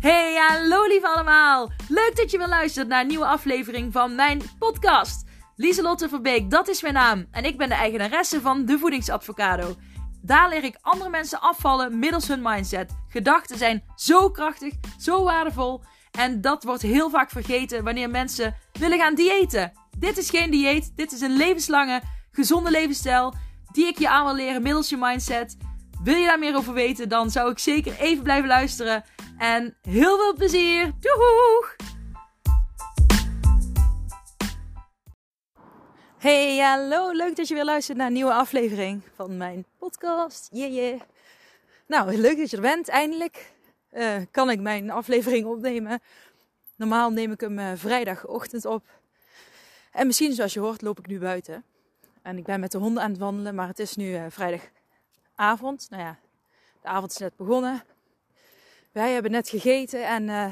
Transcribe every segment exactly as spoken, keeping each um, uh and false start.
Hey, hallo lief allemaal! Leuk dat je weer luistert naar een nieuwe aflevering van mijn podcast. Lieselotte Verbeek, dat is mijn naam. En ik ben de eigenaresse van De Voedingsadvocado. Daar leer ik andere mensen afvallen middels hun mindset. Gedachten zijn zo krachtig, zo waardevol. En dat wordt heel vaak vergeten wanneer mensen willen gaan diëten. Dit is geen dieet, dit is een levenslange, gezonde levensstijl die ik je aan wil leren middels je mindset. Wil je daar meer over weten, dan zou ik zeker even blijven luisteren. En heel veel plezier! Doeg! Hey, hallo! Leuk dat je weer luistert naar een nieuwe aflevering van mijn podcast. Yeah, yeah. Nou, leuk dat je er bent. Eindelijk uh, kan ik mijn aflevering opnemen. Normaal neem ik hem uh, vrijdagochtend op. En misschien, zoals je hoort, loop ik nu buiten. En ik ben met de honden aan het wandelen, maar het is nu uh, vrijdagavond. Nou ja, de avond is net begonnen. Wij hebben net gegeten en uh,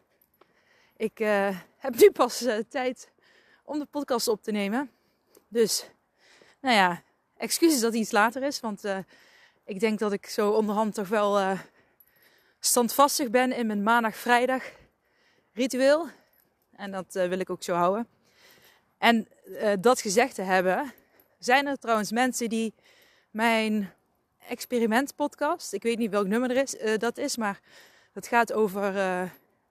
ik uh, heb nu pas uh, tijd om de podcast op te nemen. Dus, nou ja, excuses dat het iets later is. Want uh, ik denk dat ik zo onderhand toch wel uh, standvastig ben in mijn maandag-vrijdag ritueel. En dat uh, wil ik ook zo houden. En uh, dat gezegd te hebben, zijn er trouwens mensen die mijn experimentpodcast, ik weet niet welk nummer er is, uh, dat is, maar het gaat over uh,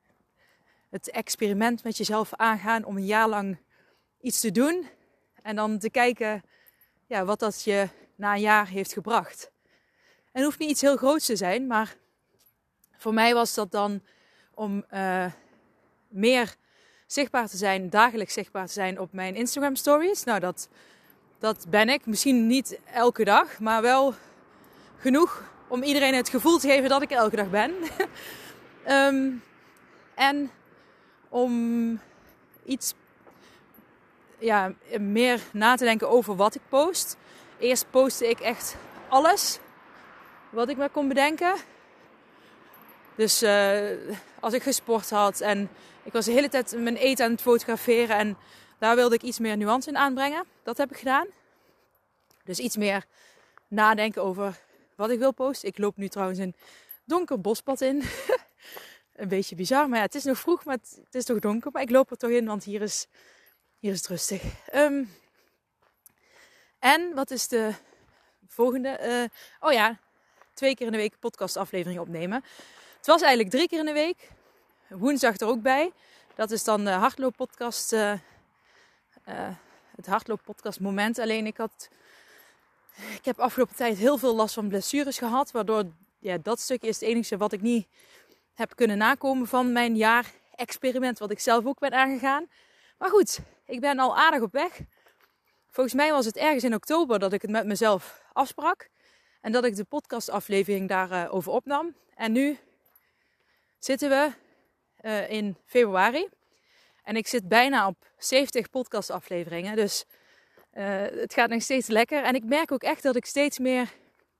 het experiment met jezelf aangaan om een jaar lang iets te doen. En dan te kijken ja, wat dat je na een jaar heeft gebracht. En het hoeft niet iets heel groots te zijn, maar voor mij was dat dan om uh, meer zichtbaar te zijn, dagelijks zichtbaar te zijn op mijn Instagram stories. Nou, dat, dat ben ik. Misschien niet elke dag, maar wel genoeg om iedereen het gevoel te geven dat ik er elke dag ben. um, en om iets ja, meer na te denken over wat ik post. Eerst postte ik echt alles wat ik maar kon bedenken. Dus uh, als ik gesport had en ik was de hele tijd mijn eten aan het fotograferen en daar wilde ik iets meer nuance in aanbrengen. Dat heb ik gedaan. Dus iets meer nadenken over wat ik wil posten. Ik loop nu trouwens een donker bospad in. Een beetje bizar, maar ja, het is nog vroeg, maar het, het is toch donker. Maar ik loop er toch in, want hier is, hier is het rustig. Um, en wat is de volgende? Uh, oh ja, twee keer in de week podcastaflevering opnemen. Het was eigenlijk drie keer in de week. Woensdag er ook bij. Dat is dan de hardlooppodcast. Uh, uh, het hardlooppodcast moment. Alleen ik had... Ik heb afgelopen tijd heel veel last van blessures gehad. Waardoor ja, dat stukje is het enige wat ik niet heb kunnen nakomen van mijn jaar-experiment. Wat ik zelf ook ben aangegaan. Maar goed, ik ben al aardig op weg. Volgens mij was het ergens in oktober dat ik het met mezelf afsprak. En dat ik de podcastaflevering daarover uh, opnam. En nu zitten we uh, in februari. En ik zit bijna op zeventig podcastafleveringen. Dus uh, het gaat nog steeds lekker. En ik merk ook echt dat ik steeds meer,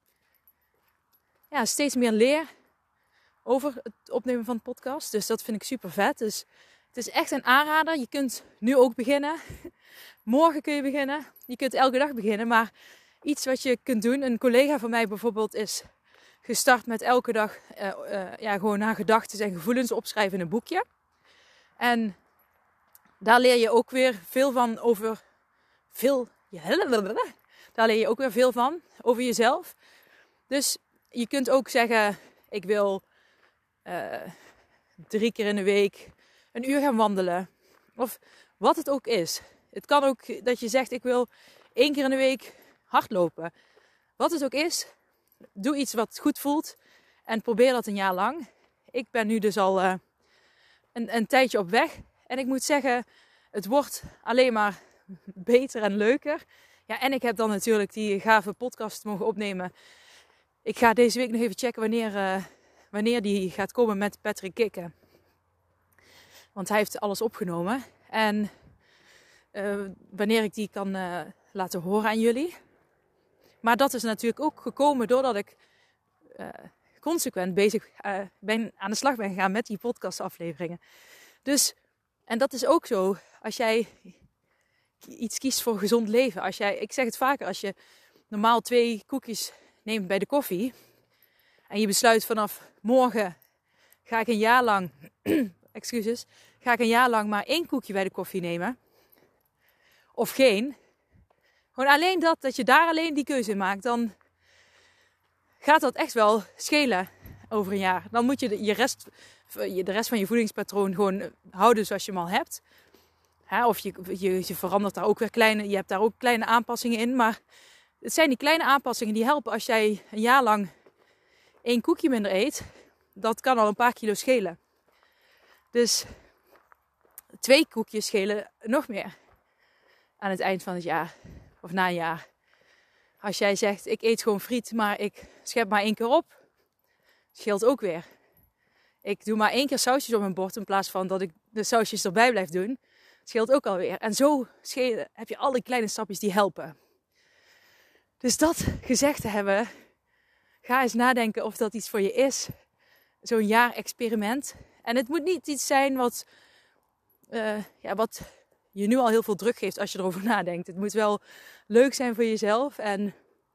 ja, steeds meer leer over het opnemen van de podcast. Dus dat vind ik super vet. Dus het is echt een aanrader. Je kunt nu ook beginnen. Morgen kun je beginnen. Je kunt elke dag beginnen. Maar iets wat je kunt doen. Een collega van mij bijvoorbeeld is gestart met elke dag uh, uh, ja, gewoon haar gedachten en gevoelens opschrijven in een boekje. En daar leer je ook weer veel van over... Veel... Daar leer je ook weer veel van over jezelf. Dus je kunt ook zeggen... Ik wil uh, drie keer in de week een uur gaan wandelen. Of wat het ook is. Het kan ook dat je zegt... Ik wil één keer in de week hardlopen. Wat het ook is... Doe iets wat goed voelt en probeer dat een jaar lang. Ik ben nu dus al uh, een, een tijdje op weg. En ik moet zeggen, het wordt alleen maar beter en leuker. Ja, en ik heb dan natuurlijk die gave podcast mogen opnemen. Ik ga deze week nog even checken wanneer, uh, wanneer die gaat komen met Patrick Kikken. Want hij heeft alles opgenomen. En uh, wanneer ik die kan uh, laten horen aan jullie... Maar dat is natuurlijk ook gekomen doordat ik uh, consequent bezig uh, ben, aan de slag ben gegaan met die podcastafleveringen. Dus, en dat is ook zo, als jij iets kiest voor gezond leven. Als jij, ik zeg het vaker, als je normaal twee koekjes neemt bij de koffie. En je besluit vanaf morgen ga ik een jaar lang, excuses, ga ik een jaar lang maar één koekje bij de koffie nemen. Of geen. Gewoon alleen dat, dat je daar alleen die keuze in maakt. Dan gaat dat echt wel schelen over een jaar. Dan moet je de, je rest, de rest van je voedingspatroon gewoon houden zoals je hem al hebt. Hè, of je, je, je verandert daar ook weer kleine, je hebt daar ook kleine aanpassingen in. Maar het zijn die kleine aanpassingen die helpen als jij een jaar lang één koekje minder eet. Dat kan al een paar kilo schelen. Dus twee koekjes schelen nog meer aan het eind van het jaar. Of na een jaar. Als jij zegt, ik eet gewoon friet, maar ik schep maar één keer op. Scheelt ook weer. Ik doe maar één keer sausjes op mijn bord in plaats van dat ik de sausjes erbij blijf doen. Scheelt ook alweer. En zo schelen, heb je alle kleine stapjes die helpen. Dus dat gezegd te hebben, ga eens nadenken of dat iets voor je is. Zo'n jaar experiment. En het moet niet iets zijn wat, uh, ja, wat je nu al heel veel druk geeft als je erover nadenkt. Het moet wel leuk zijn voor jezelf. En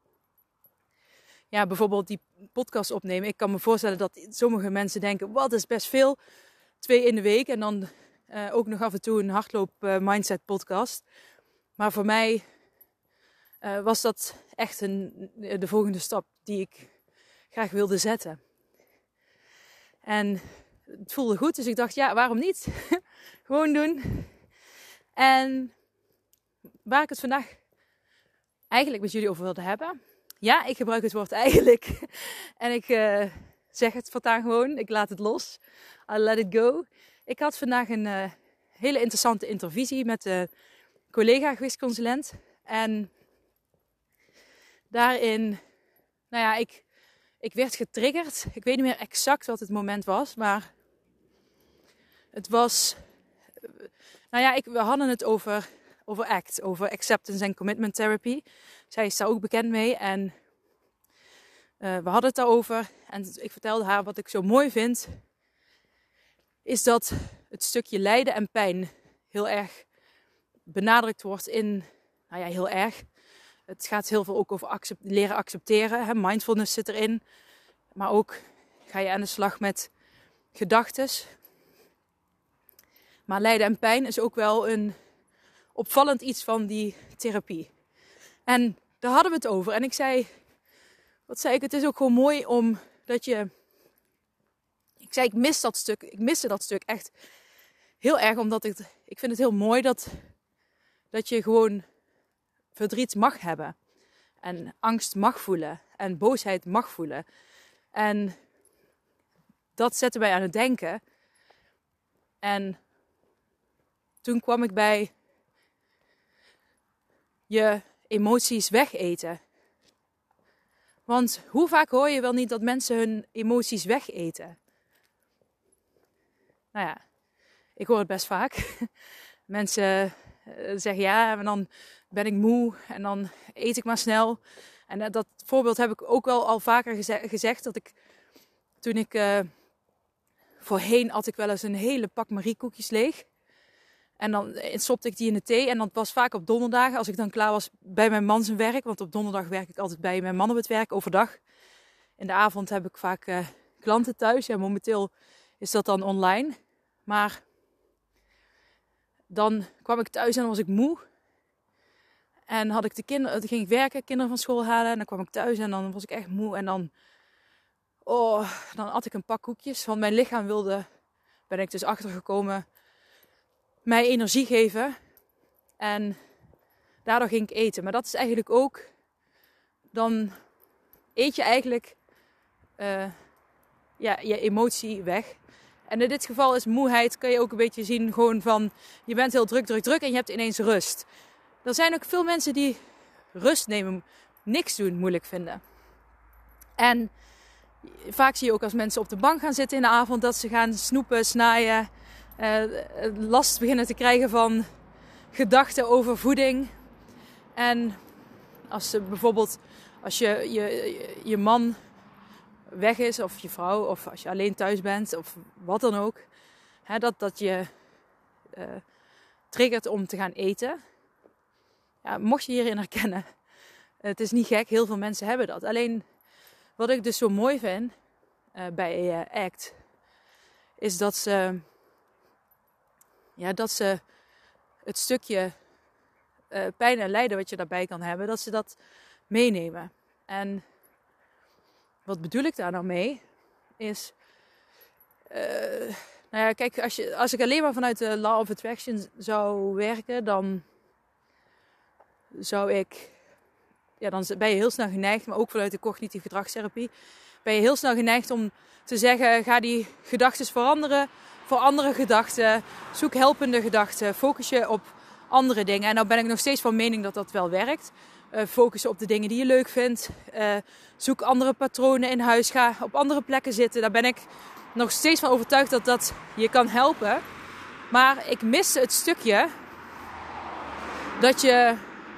ja, bijvoorbeeld die podcast opnemen. Ik kan me voorstellen dat sommige mensen denken, wat is best veel. Twee in de week en dan uh, ook nog af en toe een hardloop uh, mindset podcast. Maar voor mij uh, was dat echt een, de volgende stap die ik graag wilde zetten. En het voelde goed, dus ik dacht, ja, waarom niet? Gewoon doen. En waar ik het vandaag eigenlijk met jullie over wilde hebben. Ja, ik gebruik het woord eigenlijk. En ik uh, zeg het voortaan gewoon. Ik laat het los. I let it go. Ik had vandaag een uh, hele interessante intervisie met een collega gewichtsconsulent. En daarin, nou ja, ik, ik werd getriggerd. Ik weet niet meer exact wat het moment was. Maar het was, nou ja, ik, we hadden het over... Over ACT, over Acceptance and Commitment Therapy. Zij is daar ook bekend mee. En uh, we hadden het daarover. En ik vertelde haar wat ik zo mooi vind. Is dat het stukje lijden en pijn heel erg benadrukt wordt in... Nou ja, heel erg. Het gaat heel veel ook over accept, leren accepteren. Hè? Mindfulness zit erin. Maar ook ga je aan de slag met gedachtes. Maar lijden en pijn is ook wel een... opvallend iets van die therapie. En daar hadden we het over. En ik zei, wat zei ik, het is ook gewoon mooi om dat je... Ik zei, ik mis dat stuk, ik miste dat stuk echt heel erg. Omdat ik, ik vind het heel mooi dat, dat je gewoon verdriet mag hebben. En angst mag voelen. En boosheid mag voelen. En dat zette mij aan het denken. En toen kwam ik bij... je emoties wegeten. Want hoe vaak hoor je wel niet dat mensen hun emoties wegeten? Nou ja, ik hoor het best vaak. Mensen zeggen ja, en dan ben ik moe en dan eet ik maar snel. En dat voorbeeld heb ik ook wel al vaker gezegd. Dat ik, toen ik uh, voorheen at ik wel eens een hele pak Marie koekjes leeg. En dan stopte ik die in de thee. En dat was vaak op donderdagen. Als ik dan klaar was bij mijn man zijn werk. Want op donderdag werk ik altijd bij mijn man op het werk. Overdag. In de avond heb ik vaak uh, klanten thuis. Ja, momenteel is dat dan online. Maar dan kwam ik thuis en dan was ik moe. En had ik de kinderen, dan ging ik werken, kinderen van school halen. En dan kwam ik thuis en dan was ik echt moe. En dan, oh, dan at ik een pak koekjes. Want mijn lichaam wilde, ben ik dus achtergekomen... mij energie geven. En daardoor ging ik eten. Maar dat is eigenlijk ook... dan eet je eigenlijk... Uh, ja, je emotie weg. En in dit geval is moeheid... kan je ook een beetje zien gewoon van... je bent heel druk, druk, druk... en je hebt ineens rust. Er zijn ook veel mensen die... rust nemen... niks doen moeilijk vinden. En... vaak zie je ook als mensen op de bank gaan zitten in de avond... dat ze gaan snoepen, snaaien... Uh, last beginnen te krijgen van gedachten over voeding. En als ze bijvoorbeeld als je, je, je man weg is of je vrouw of als je alleen thuis bent of wat dan ook. Hè, dat, dat je uh, triggert om te gaan eten. Ja, mocht je hierin herkennen. Het is niet gek, heel veel mensen hebben dat. Alleen wat ik dus zo mooi vind uh, bij uh, ACT... is dat ze, ja, dat ze het stukje uh, pijn en lijden wat je daarbij kan hebben, dat ze dat meenemen. En wat bedoel ik daar nou mee? Is, uh, nou ja, kijk, als, je, als ik alleen maar vanuit de Law of Attraction zou werken, dan zou ik, ja, dan ben je heel snel geneigd, maar ook vanuit de cognitieve gedragstherapie, ben je heel snel geneigd om te zeggen, ga die gedachten veranderen voor andere gedachten, zoek helpende gedachten, focus je op andere dingen. En nou ben ik nog steeds van mening dat dat wel werkt. Uh, focus op de dingen die je leuk vindt. Uh, zoek andere patronen in huis. Ga op andere plekken zitten. Daar ben ik nog steeds van overtuigd dat dat je kan helpen. Maar ik mis het stukje dat je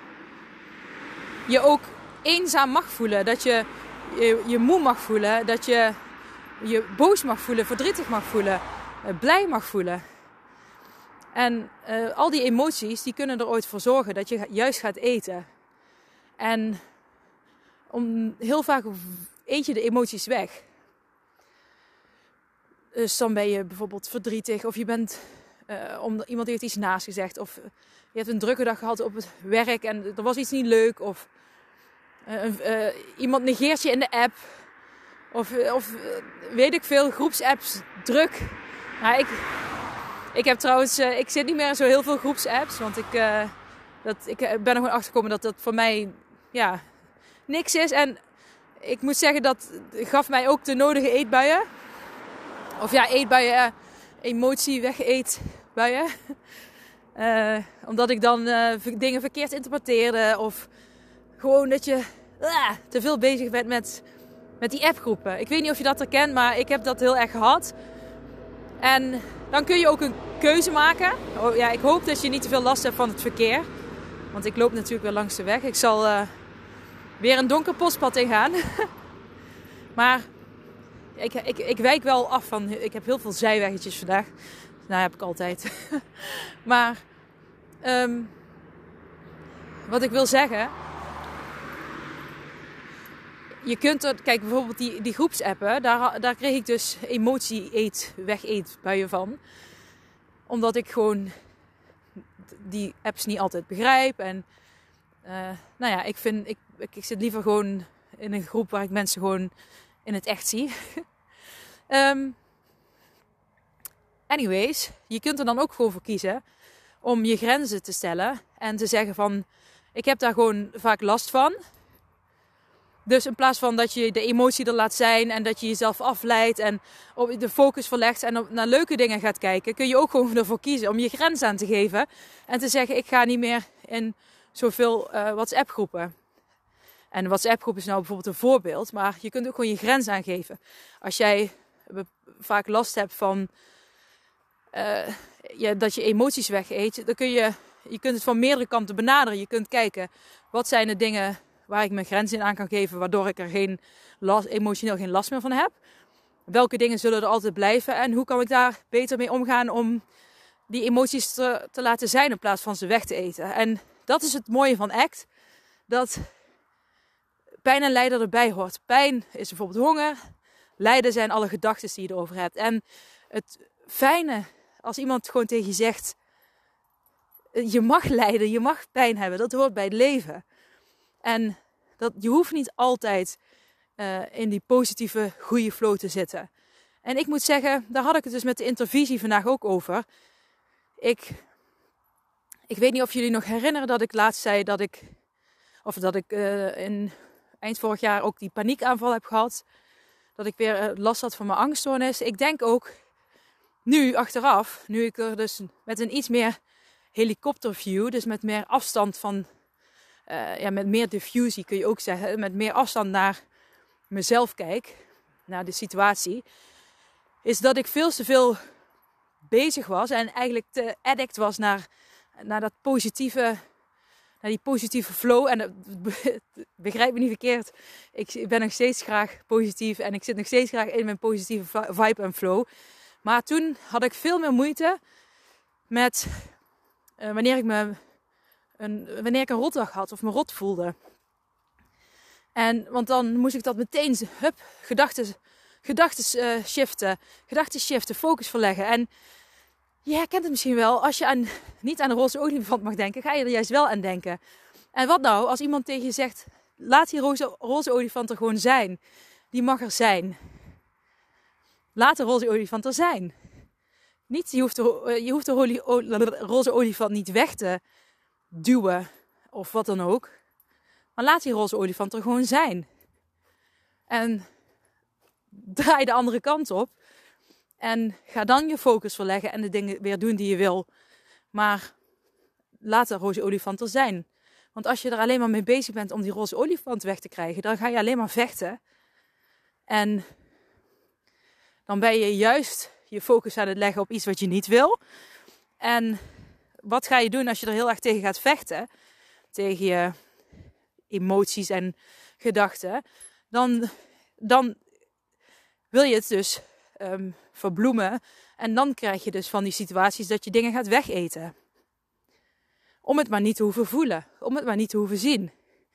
je ook eenzaam mag voelen. Dat je je, je moe mag voelen. Dat je je boos mag voelen. Verdrietig mag voelen. Uh, blij mag voelen. En uh, al die emoties die kunnen er ooit voor zorgen dat je juist gaat eten. En om, heel vaak eet je de emoties weg. Dus dan ben je bijvoorbeeld verdrietig. Of je bent, uh, om, iemand heeft iets naast gezegd. Of je hebt een drukke dag gehad op het werk en er was iets niet leuk. Of uh, uh, iemand negeert je in de app. Of, of uh, weet ik veel, groepsapps, druk. Nou, ik, ik heb trouwens, uh, ik zit niet meer in zo heel veel groepsapps. Want ik, uh, dat, ik ben er gewoon achtergekomen dat dat voor mij ja, niks is. En ik moet zeggen, dat gaf mij ook de nodige eetbuien. Of ja, eetbuien, uh, emotie wegeetbuien. Uh, omdat ik dan uh, dingen verkeerd interpreteerde. Of gewoon dat je uh, te veel bezig bent met, met die appgroepen. Ik weet niet of je dat herkent, maar ik heb dat heel erg gehad. En dan kun je ook een keuze maken. Oh, ja, ik hoop dat je niet te veel last hebt van het verkeer. Want ik loop natuurlijk weer langs de weg. Ik zal uh, weer een donker postpad ingaan. Maar ik, ik, ik wijk wel af van... Ik heb heel veel zijweggetjes vandaag. Nou, heb ik altijd. Maar um, wat ik wil zeggen... Je kunt er... Kijk, bijvoorbeeld die, die groepsappen. Daar, daar kreeg ik dus emotie-eet, weg-eetbuien van. Omdat ik gewoon die apps niet altijd begrijp. En uh, nou ja, ik vind... Ik, ik, ik zit liever gewoon in een groep waar ik mensen gewoon in het echt zie. um, anyways, je kunt er dan ook gewoon voor kiezen om je grenzen te stellen. En te zeggen van, ik heb daar gewoon vaak last van. Dus in plaats van dat je de emotie er laat zijn en dat je jezelf afleidt en op de focus verlegt en op, naar leuke dingen gaat kijken, kun je ook gewoon ervoor kiezen om je grens aan te geven. En te zeggen, ik ga niet meer in zoveel uh, WhatsApp groepen. En een WhatsApp groep is nou bijvoorbeeld een voorbeeld, maar je kunt ook gewoon je grens aangeven. Als jij vaak last hebt van uh, ja, dat je emoties wegeet, dan kun je, je kunt het van meerdere kanten benaderen. Je kunt kijken, wat zijn de dingen waar ik mijn grens in aan kan geven, waardoor ik er geen last, emotioneel geen last meer van heb. Welke dingen zullen er altijd blijven en hoe kan ik daar beter mee omgaan om die emoties te, te laten zijn in plaats van ze weg te eten. En dat is het mooie van ACT, dat pijn en lijden erbij hoort. Pijn is bijvoorbeeld honger, lijden zijn alle gedachten die je erover hebt. En het fijne, als iemand gewoon tegen je zegt, je mag lijden, je mag pijn hebben, dat hoort bij het leven. En dat, je hoeft niet altijd uh, in die positieve, goede flow te zitten. En ik moet zeggen, daar had ik het dus met de intervisie vandaag ook over. Ik, ik weet niet of jullie nog herinneren dat ik laatst zei dat ik, of dat ik uh, in eind vorig jaar ook die paniekaanval heb gehad. Dat ik weer uh, last had van mijn angststoornis. Ik denk ook nu achteraf, nu ik er dus met een iets meer helikopterview, dus met meer afstand van... Uh, ja, met meer diffusie kun je ook zeggen, met meer afstand naar mezelf kijk, naar de situatie, is dat ik veel te veel bezig was en eigenlijk te addict was naar, naar dat positieve, naar die positieve flow. En uh, begrijp me niet verkeerd, ik ben nog steeds graag positief en ik zit nog steeds graag in mijn positieve vibe en flow. Maar toen had ik veel meer moeite met uh, wanneer ik me Een, wanneer ik een rotdag had of me rot voelde. En, want dan moest ik dat meteen, hup, gedachten, gedachten uh, shiften, gedachten shiften, focus verleggen. En je herkent het misschien wel, als je aan, niet aan de roze olifant mag denken, ga je er juist wel aan denken. En wat nou als iemand tegen je zegt, laat die roze, roze olifant er gewoon zijn. Die mag er zijn. Laat de roze olifant er zijn. Niet, je hoeft de, je hoeft de olie, roze olifant niet weg te duwen of wat dan ook. Maar laat die roze olifant er gewoon zijn. En draai de andere kant op. En ga dan je focus verleggen en de dingen weer doen die je wil. Maar laat de roze olifant er zijn. Want als je er alleen maar mee bezig bent om die roze olifant weg te krijgen, dan ga je alleen maar vechten. En dan ben je juist je focus aan het leggen op iets wat je niet wil. En wat ga je doen als je er heel erg tegen gaat vechten? Tegen je emoties en gedachten. Dan, dan wil je het dus um, verbloemen. En dan krijg je dus van die situaties dat je dingen gaat wegeten. Om het maar niet te hoeven voelen. Om het maar niet te hoeven zien.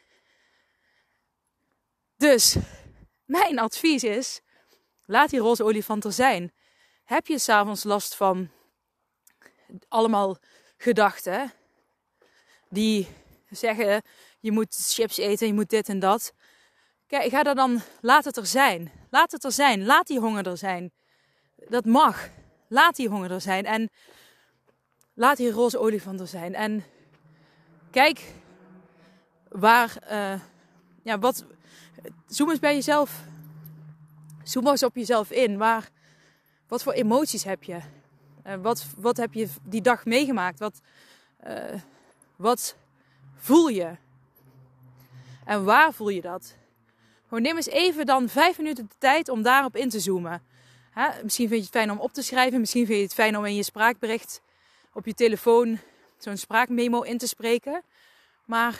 Dus mijn advies is, laat die roze olifant er zijn. Heb je 's avonds last van allemaal gedachten die zeggen, je moet chips eten, je moet dit en dat. Kijk, ga er dan, laat het er zijn. Laat het er zijn. Laat die honger er zijn. Dat mag. Laat die honger er zijn. En laat die roze olifant er zijn. En kijk waar, uh, ja, wat, zoom eens bij jezelf, zoom eens op jezelf in. Waar, wat voor emoties heb je? Uh, wat, wat heb je die dag meegemaakt? Wat, uh, wat voel je? En waar voel je dat? Gewoon neem eens even dan vijf minuten de tijd om daarop in te zoomen. Hè? Misschien vind je het fijn om op te schrijven. Misschien vind je het fijn om in je spraakbericht op je telefoon zo'n spraakmemo in te spreken. Maar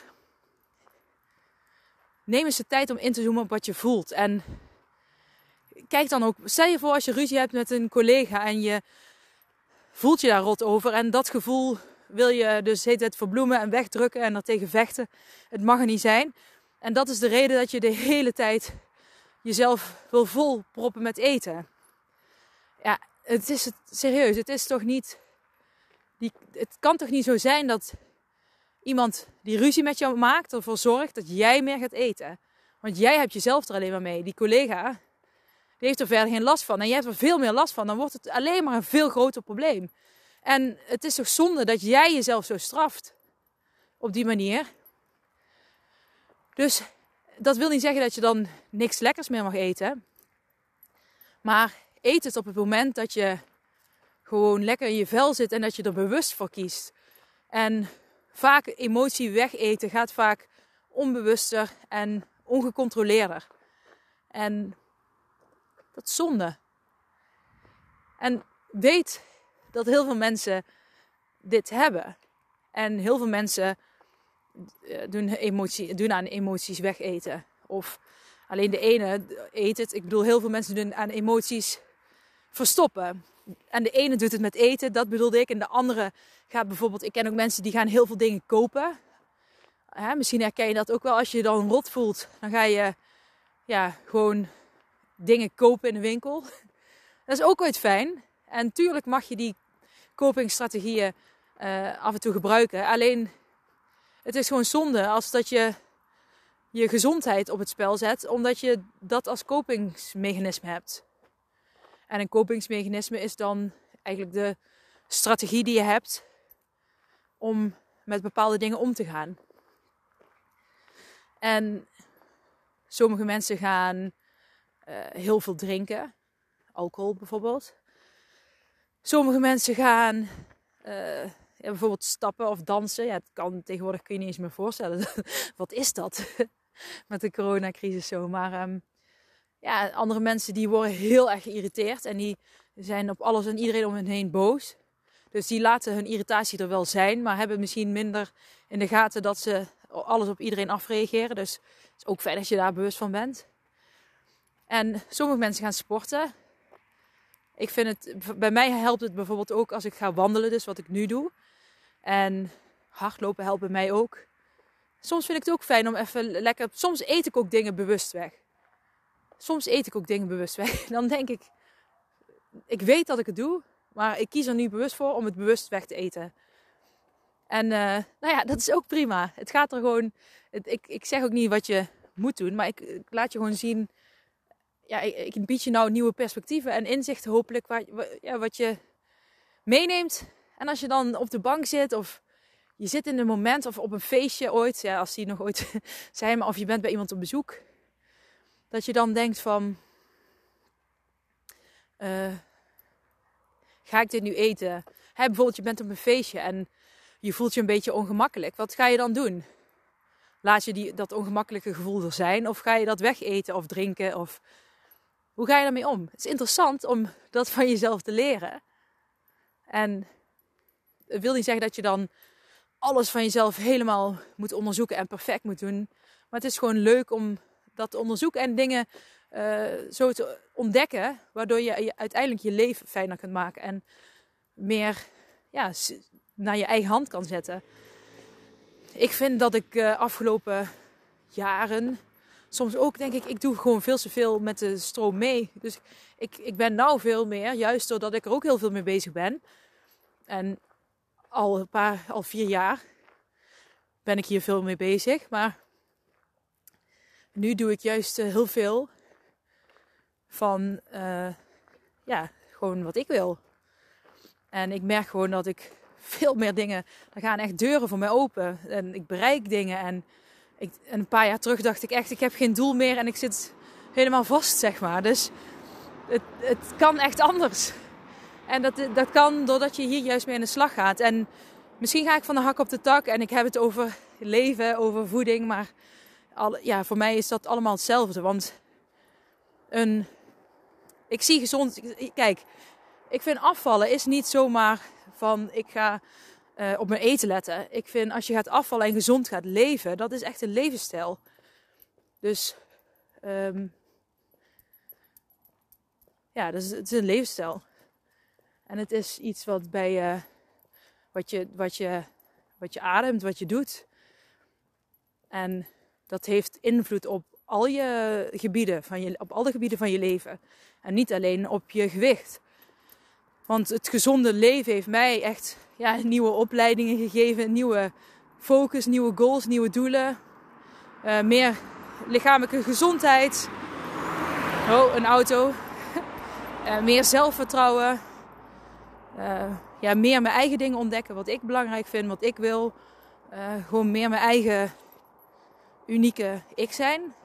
neem eens de tijd om in te zoomen op wat je voelt. En kijk dan ook, stel je voor als je ruzie hebt met een collega en je voelt je daar rot over. En dat gevoel wil je dus de hele tijd verbloemen en wegdrukken en er tegen vechten. Het mag er niet zijn. En dat is de reden dat je de hele tijd jezelf wil volproppen met eten. Ja, het is het, serieus. Het is toch niet... Die, het kan toch niet zo zijn dat iemand die ruzie met jou maakt ervoor zorgt dat jij meer gaat eten. Want jij hebt jezelf er alleen maar mee. Die collega, die heeft er verder geen last van. En jij hebt er veel meer last van. Dan wordt het alleen maar een veel groter probleem. En het is toch zonde dat jij jezelf zo straft. Op die manier. Dus dat wil niet zeggen dat je dan niks lekkers meer mag eten. Maar eet het op het moment dat je gewoon lekker in je vel zit en dat je er bewust voor kiest. En vaak emotie wegeten gaat vaak onbewuster en ongecontroleerder. En dat is zonde. En weet dat heel veel mensen dit hebben. En heel veel mensen doen, emotie, doen aan emoties wegeten. Of alleen de ene eet het. Ik bedoel, heel veel mensen doen aan emoties verstoppen. En de ene doet het met eten, dat bedoelde ik. En de andere gaat bijvoorbeeld... Ik ken ook mensen die gaan heel veel dingen kopen. Hè, misschien herken je dat ook wel. Als je je dan rot voelt, dan ga je ja, gewoon dingen kopen in de winkel. Dat is ook ooit fijn. En tuurlijk mag je die kopingsstrategieën uh, af en toe gebruiken. Alleen, het is gewoon zonde als dat je je gezondheid op het spel zet, omdat je dat als kopingsmechanisme hebt. En een kopingsmechanisme is dan eigenlijk de strategie die je hebt om met bepaalde dingen om te gaan. En sommige mensen gaan uh, heel veel drinken. Alcohol bijvoorbeeld. Sommige mensen gaan uh, ja, bijvoorbeeld stappen of dansen. Ja, het kan, tegenwoordig kun je niet eens meer voorstellen. Wat is dat? Met de coronacrisis zo. Maar um, ja, andere mensen die worden heel erg geïrriteerd. En die zijn op alles en iedereen om hen heen boos. Dus die laten hun irritatie er wel zijn. Maar hebben misschien minder in de gaten dat ze alles op iedereen afreageren. Dus het is ook fijn dat je daar bewust van bent. En sommige mensen gaan sporten. Ik vind het, bij mij helpt het bijvoorbeeld ook als ik ga wandelen. Dus wat ik nu doe. En hardlopen helpt bij mij ook. Soms vind ik het ook fijn om even lekker... Soms eet ik ook dingen bewust weg. soms eet ik ook dingen bewust weg. Dan denk ik, ik weet dat ik het doe, maar ik kies er nu bewust voor om het bewust weg te eten. En uh, nou ja, dat is ook prima. Het gaat er gewoon, het, ik, ik zeg ook niet wat je moet doen, maar ik, ik laat je gewoon zien, ja, ik, ik bied je nou nieuwe perspectieven en inzichten hopelijk, waar, ja, wat je meeneemt. En als je dan op de bank zit of je zit in een moment of op een feestje ooit, ja, als die nog ooit zijn, maar of je bent bij iemand op bezoek, dat je dan denkt van, uh, ga ik dit nu eten? Hè, bijvoorbeeld je bent op een feestje en je voelt je een beetje ongemakkelijk. Wat ga je dan doen? Laat je die, dat ongemakkelijke gevoel er zijn? Of ga je dat wegeten of drinken? Of hoe ga je daarmee om? Het is interessant om dat van jezelf te leren. En het wil niet zeggen dat je dan alles van jezelf helemaal moet onderzoeken en perfect moet doen. Maar het is gewoon leuk om dat te onderzoeken en dingen uh, zo te ontdekken. Waardoor je, je uiteindelijk je leven fijner kunt maken. En meer ja, naar je eigen hand kan zetten. Ik vind dat ik uh, afgelopen jaren soms ook denk ik, ik doe gewoon veel te veel met de stroom mee. Dus ik, ik ben nou veel meer, juist doordat ik er ook heel veel mee bezig ben. En al een paar, al vier jaar ben ik hier veel mee bezig. Maar nu doe ik juist uh, heel veel van, uh, ja, gewoon wat ik wil. En ik merk gewoon dat ik veel meer dingen, er gaan echt deuren voor mij open. En ik bereik dingen. En, ik, en een paar jaar terug dacht ik echt, ik heb geen doel meer en ik zit helemaal vast, zeg maar. Dus het, het kan echt anders. En dat, dat kan doordat je hier juist mee aan de slag gaat. En misschien ga ik van de hak op de tak en ik heb het over leven, over voeding. Maar al, ja, voor mij is dat allemaal hetzelfde. Want een, ik zie gezond, kijk, ik vind afvallen is niet zomaar van ik ga uh, op mijn eten letten. Ik vind als je gaat afvallen en gezond gaat leven, dat is echt een levensstijl. Dus um, ja, dus het is een levensstijl. En het is iets wat bij uh, wat je, wat je, wat je ademt, wat je doet. En dat heeft invloed op al je gebieden van je, op alle gebieden van je leven. En niet alleen op je gewicht. Want het gezonde leven heeft mij echt ja, nieuwe opleidingen gegeven. Nieuwe focus, nieuwe goals, nieuwe doelen. Uh, meer lichamelijke gezondheid. Oh, een auto. uh, meer zelfvertrouwen. Uh, ja, meer mijn eigen dingen ontdekken. Wat ik belangrijk vind, wat ik wil. Uh, gewoon meer mijn eigen unieke ik zijn.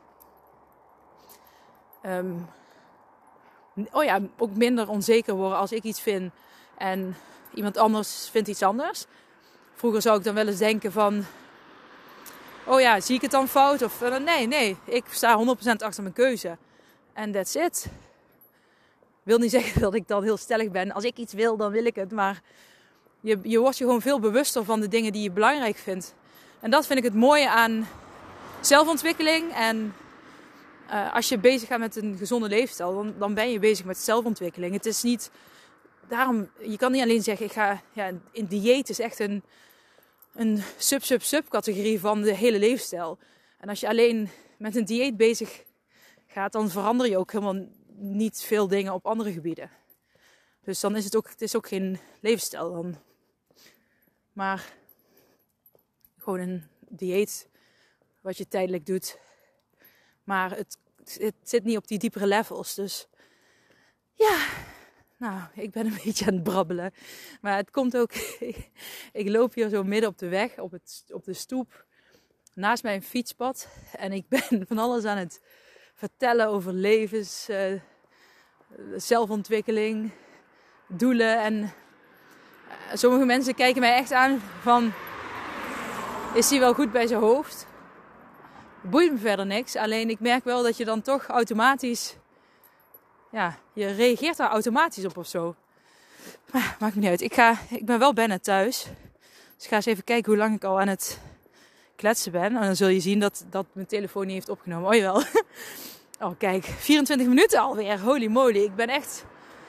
Um, oh ja, ook minder onzeker worden als ik iets vind en iemand anders vindt iets anders. Vroeger zou ik dan wel eens denken van, oh ja, zie ik het dan fout? Of uh, nee, nee, ik sta honderd procent achter mijn keuze. En that's it. Wil niet zeggen dat ik dan heel stellig ben. Als ik iets wil, dan wil ik het. Maar je, je wordt je gewoon veel bewuster van de dingen die je belangrijk vindt. En dat vind ik het mooie aan zelfontwikkeling. En uh, als je bezig gaat met een gezonde leefstijl, dan, dan ben je bezig met zelfontwikkeling. Het is niet, daarom, je kan niet alleen zeggen, ik ga, ja, in dieet is echt een, een sub-sub-sub categorie van de hele leefstijl. En als je alleen met een dieet bezig gaat, dan verander je ook helemaal niet veel dingen op andere gebieden. Dus dan is het ook, het is ook geen levensstijl dan. Maar gewoon een dieet wat je tijdelijk doet. Maar het, het zit niet op die diepere levels. Dus ja, nou, ik ben een beetje aan het brabbelen. Maar het komt ook, ik loop hier zo midden op de weg, op, het, op de stoep. Naast mij een fietspad. En ik ben van alles aan het vertellen over levens, uh, zelfontwikkeling, doelen. En uh, sommige mensen kijken mij echt aan van, is hij wel goed bij zijn hoofd? Boeit me verder niks. Alleen ik merk wel dat je dan toch automatisch, ja, je reageert daar automatisch op of zo. Maar maakt me niet uit. Ik, ga, ik ben wel bijna thuis. Dus ik ga eens even kijken hoe lang ik al aan het kletsen ben. En dan zul je zien dat, dat mijn telefoon niet heeft opgenomen. Oh jawel. Oh kijk, vierentwintig minuten alweer. Holy moly. Ik ben echt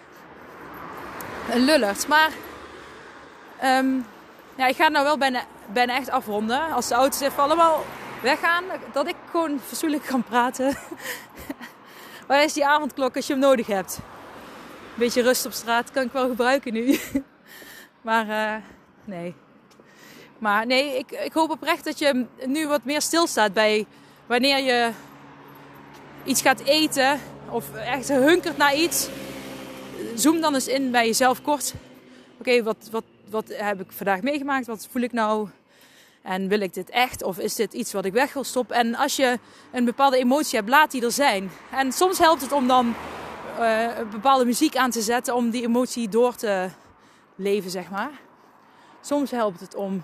een lullert. Maar um, ja, ik ga het nou wel bijna, bijna echt afronden. Als de auto's even allemaal weggaan. Dat ik gewoon fatsoenlijk kan praten. Waar is die avondklok als je hem nodig hebt? Een beetje rust op straat kan ik wel gebruiken nu. maar uh, nee. Maar nee, ik, ik hoop oprecht dat je nu wat meer stilstaat bij wanneer je iets gaat eten of echt hunkert naar iets. Zoom dan eens in bij jezelf kort. Oké, okay, wat, wat, wat heb ik vandaag meegemaakt? Wat voel ik nou? En wil ik dit echt? Of is dit iets wat ik weg wil stoppen? En als je een bepaalde emotie hebt, laat die er zijn. En soms helpt het om dan uh, een bepaalde muziek aan te zetten om die emotie door te leven, zeg maar. Soms helpt het om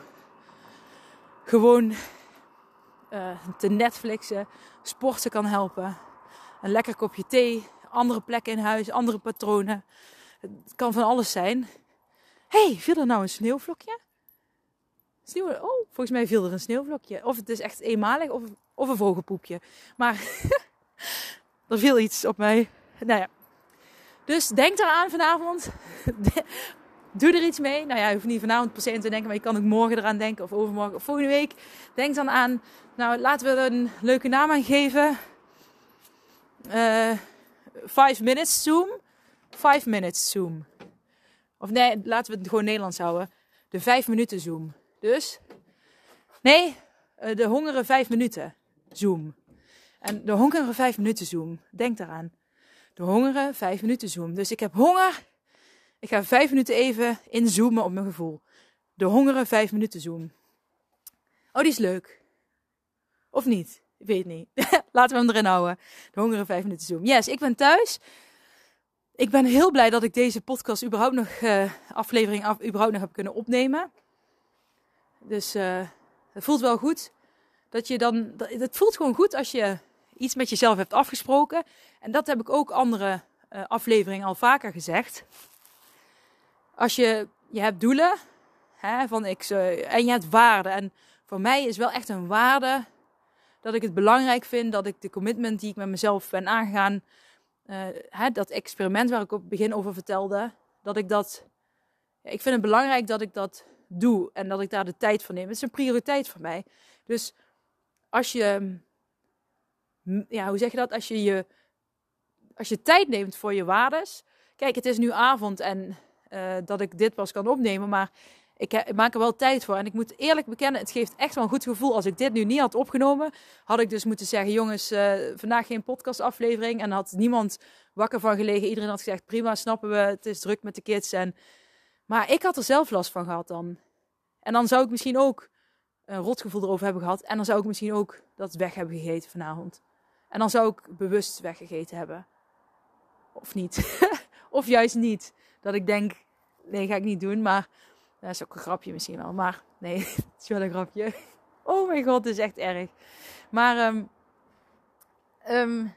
gewoon uh, te Netflixen. Sporten kan helpen. Een lekker kopje thee. Andere plekken in huis. Andere patronen. Het kan van alles zijn. Hé, hey, viel er nou een sneeuwvlokje? Sneeuw, oh, volgens mij viel er een sneeuwvlokje. Of het is echt eenmalig of, of een vogelpoepje. Maar er viel iets op mij. Nou ja. Dus denk eraan vanavond. Doe er iets mee. Nou ja, je hoeft niet vanavond per se aan te denken. Maar je kan ook morgen eraan denken. Of overmorgen of volgende week. Denk dan aan. Nou, laten we er een leuke naam aan geven. Uh, five minutes Zoom. Five minutes Zoom. Of nee, laten we het gewoon Nederlands houden. De vijf minuten Zoom. Dus, nee, de hongere vijf minuten Zoom. En de hongere vijf minuten Zoom. Denk daaraan. De hongere vijf minuten Zoom. Dus ik heb honger. Ik ga vijf minuten even inzoomen op mijn gevoel. De hongere vijf minuten Zoom. Oh, die is leuk. Of niet? Ik weet het niet. Laten we hem erin houden. De hongere vijf minuten Zoom. Yes, ik ben thuis. Ik ben heel blij dat ik deze podcast überhaupt nog, uh, aflevering af, überhaupt nog heb kunnen opnemen. Dus uh, het voelt wel goed. Dat je dan, dat, het voelt gewoon goed als je iets met jezelf hebt afgesproken. En dat heb ik ook andere uh, afleveringen al vaker gezegd. Als je, je hebt doelen hè, van ik, uh, en je hebt waarden. En voor mij is wel echt een waarde dat ik het belangrijk vind dat ik de commitment die ik met mezelf ben aangegaan, uh, hè, dat experiment waar ik op het begin over vertelde, dat ik dat, ja, ik vind het belangrijk dat ik dat doe en dat ik daar de tijd voor neem. Het is een prioriteit voor mij. Dus als je, ja, hoe zeg je dat? Als je je, als je tijd neemt voor je waardes. Kijk, het is nu avond en uh, dat ik dit pas kan opnemen, maar ik, he, ik maak er wel tijd voor. En ik moet eerlijk bekennen, het geeft echt wel een goed gevoel. Als ik dit nu niet had opgenomen, had ik dus moeten zeggen, jongens, uh, vandaag geen podcastaflevering. En had niemand wakker van gelegen. Iedereen had gezegd, prima, snappen we, het is druk met de kids. En maar ik had er zelf last van gehad dan. En dan zou ik misschien ook een rotgevoel erover hebben gehad. En dan zou ik misschien ook dat weg hebben gegeten vanavond. En dan zou ik bewust weggegeten hebben. Of niet. Of juist niet. Dat ik denk, nee, ga ik niet doen. Maar dat is ook een grapje misschien wel. Maar nee, het is wel een grapje. Oh mijn god, het is echt erg. Maar um, um,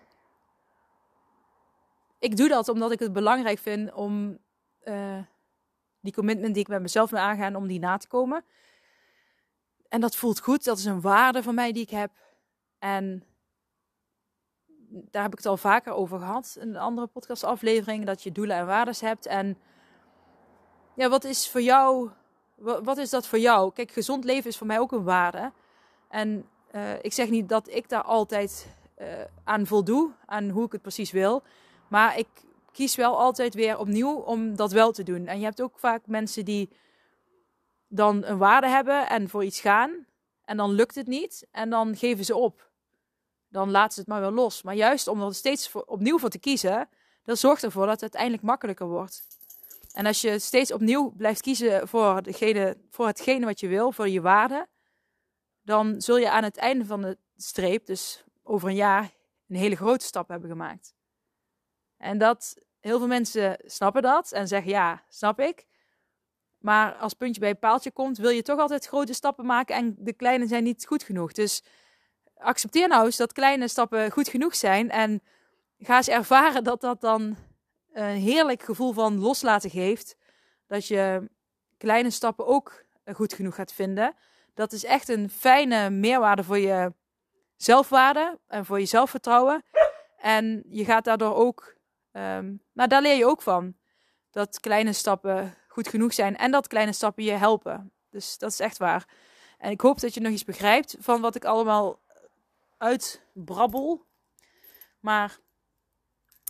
ik doe dat omdat ik het belangrijk vind om Uh, die commitment die ik met mezelf wil aangaan, om die na te komen. En dat voelt goed. Dat is een waarde van mij die ik heb. En daar heb ik het al vaker over gehad. In een andere podcastaflevering. Dat je doelen en waardes hebt. En ja, wat is voor jou... Wat is dat voor jou? Kijk, gezond leven is voor mij ook een waarde. En uh, ik zeg niet dat ik daar altijd uh, aan voldoe. Aan hoe ik het precies wil. Maar ik kies wel altijd weer opnieuw om dat wel te doen. En je hebt ook vaak mensen die dan een waarde hebben en voor iets gaan. En dan lukt het niet. En dan geven ze op. Dan laten ze het maar wel los. Maar juist om er steeds voor, opnieuw voor te kiezen, dat zorgt ervoor dat het uiteindelijk makkelijker wordt. En als je steeds opnieuw blijft kiezen voor, degene, voor hetgene wat je wil, voor je waarde, dan zul je aan het einde van de streep, dus over een jaar, een hele grote stap hebben gemaakt. En dat, heel veel mensen snappen dat en zeggen ja, snap ik. Maar als puntje bij een paaltje komt, wil je toch altijd grote stappen maken en de kleine zijn niet goed genoeg. Dus accepteer nou eens dat kleine stappen goed genoeg zijn en ga eens ervaren dat dat dan een heerlijk gevoel van loslaten geeft. Dat je kleine stappen ook goed genoeg gaat vinden. Dat is echt een fijne meerwaarde voor je zelfwaarde en voor je zelfvertrouwen. En je gaat daardoor ook, um, nou daar leer je ook van. Dat kleine stappen goed genoeg zijn en dat kleine stappen je helpen. Dus dat is echt waar. En ik hoop dat je nog iets begrijpt van wat ik allemaal uitbrabbel. Maar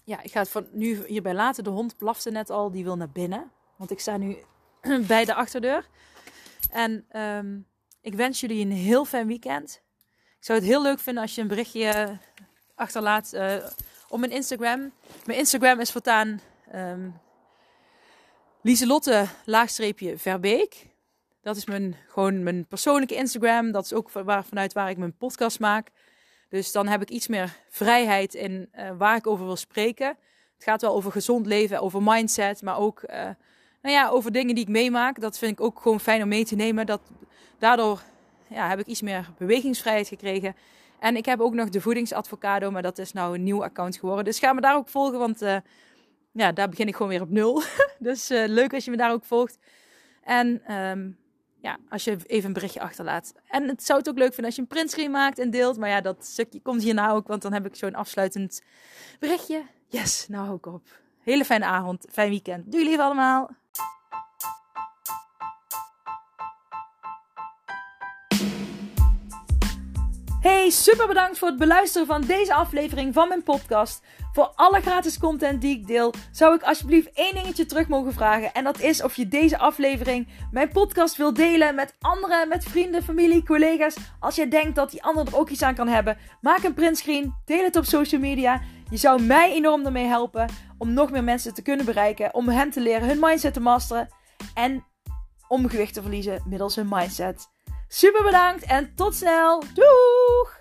ja, ik ga het van nu hierbij laten. De hond blafte net al, die wil naar binnen. Want ik sta nu bij de achterdeur. En um, ik wens jullie een heel fijn weekend. Ik zou het heel leuk vinden als je een berichtje achterlaat uh, op mijn Instagram. Mijn Instagram is voortaan um, Lieselotte laagstreepje Verbeek. Dat is mijn, gewoon mijn persoonlijke Instagram. Dat is ook waar, vanuit waar ik mijn podcast maak. Dus dan heb ik iets meer vrijheid in uh, waar ik over wil spreken. Het gaat wel over gezond leven, over mindset, maar ook uh, nou ja, over dingen die ik meemaak. Dat vind ik ook gewoon fijn om mee te nemen. Dat, daardoor ja, heb ik iets meer bewegingsvrijheid gekregen. En ik heb ook nog de voedingsadvocado, maar dat is nou een nieuw account geworden. Dus ga me daar ook volgen, want uh, ja, daar begin ik gewoon weer op nul. Dus uh, leuk als je me daar ook volgt. En um, ja, als je even een berichtje achterlaat. En het zou het ook leuk vinden als je een printscreen maakt en deelt. Maar ja, dat stukje komt hierna ook, want dan heb ik zo'n afsluitend berichtje. Yes, nou hou ik op. Hele fijne avond, fijn weekend. Doei lief allemaal. Hey, super bedankt voor het beluisteren van deze aflevering van mijn podcast. Voor alle gratis content die ik deel, zou ik alsjeblieft één dingetje terug mogen vragen. En dat is of je deze aflevering, mijn podcast, wil delen met anderen, met vrienden, familie, collega's. Als jij denkt dat die ander er ook iets aan kan hebben, maak een printscreen, deel het op social media. Je zou mij enorm ermee helpen om nog meer mensen te kunnen bereiken. Om hen te leren hun mindset te masteren en om gewicht te verliezen middels hun mindset. Super bedankt en tot snel. Doeg!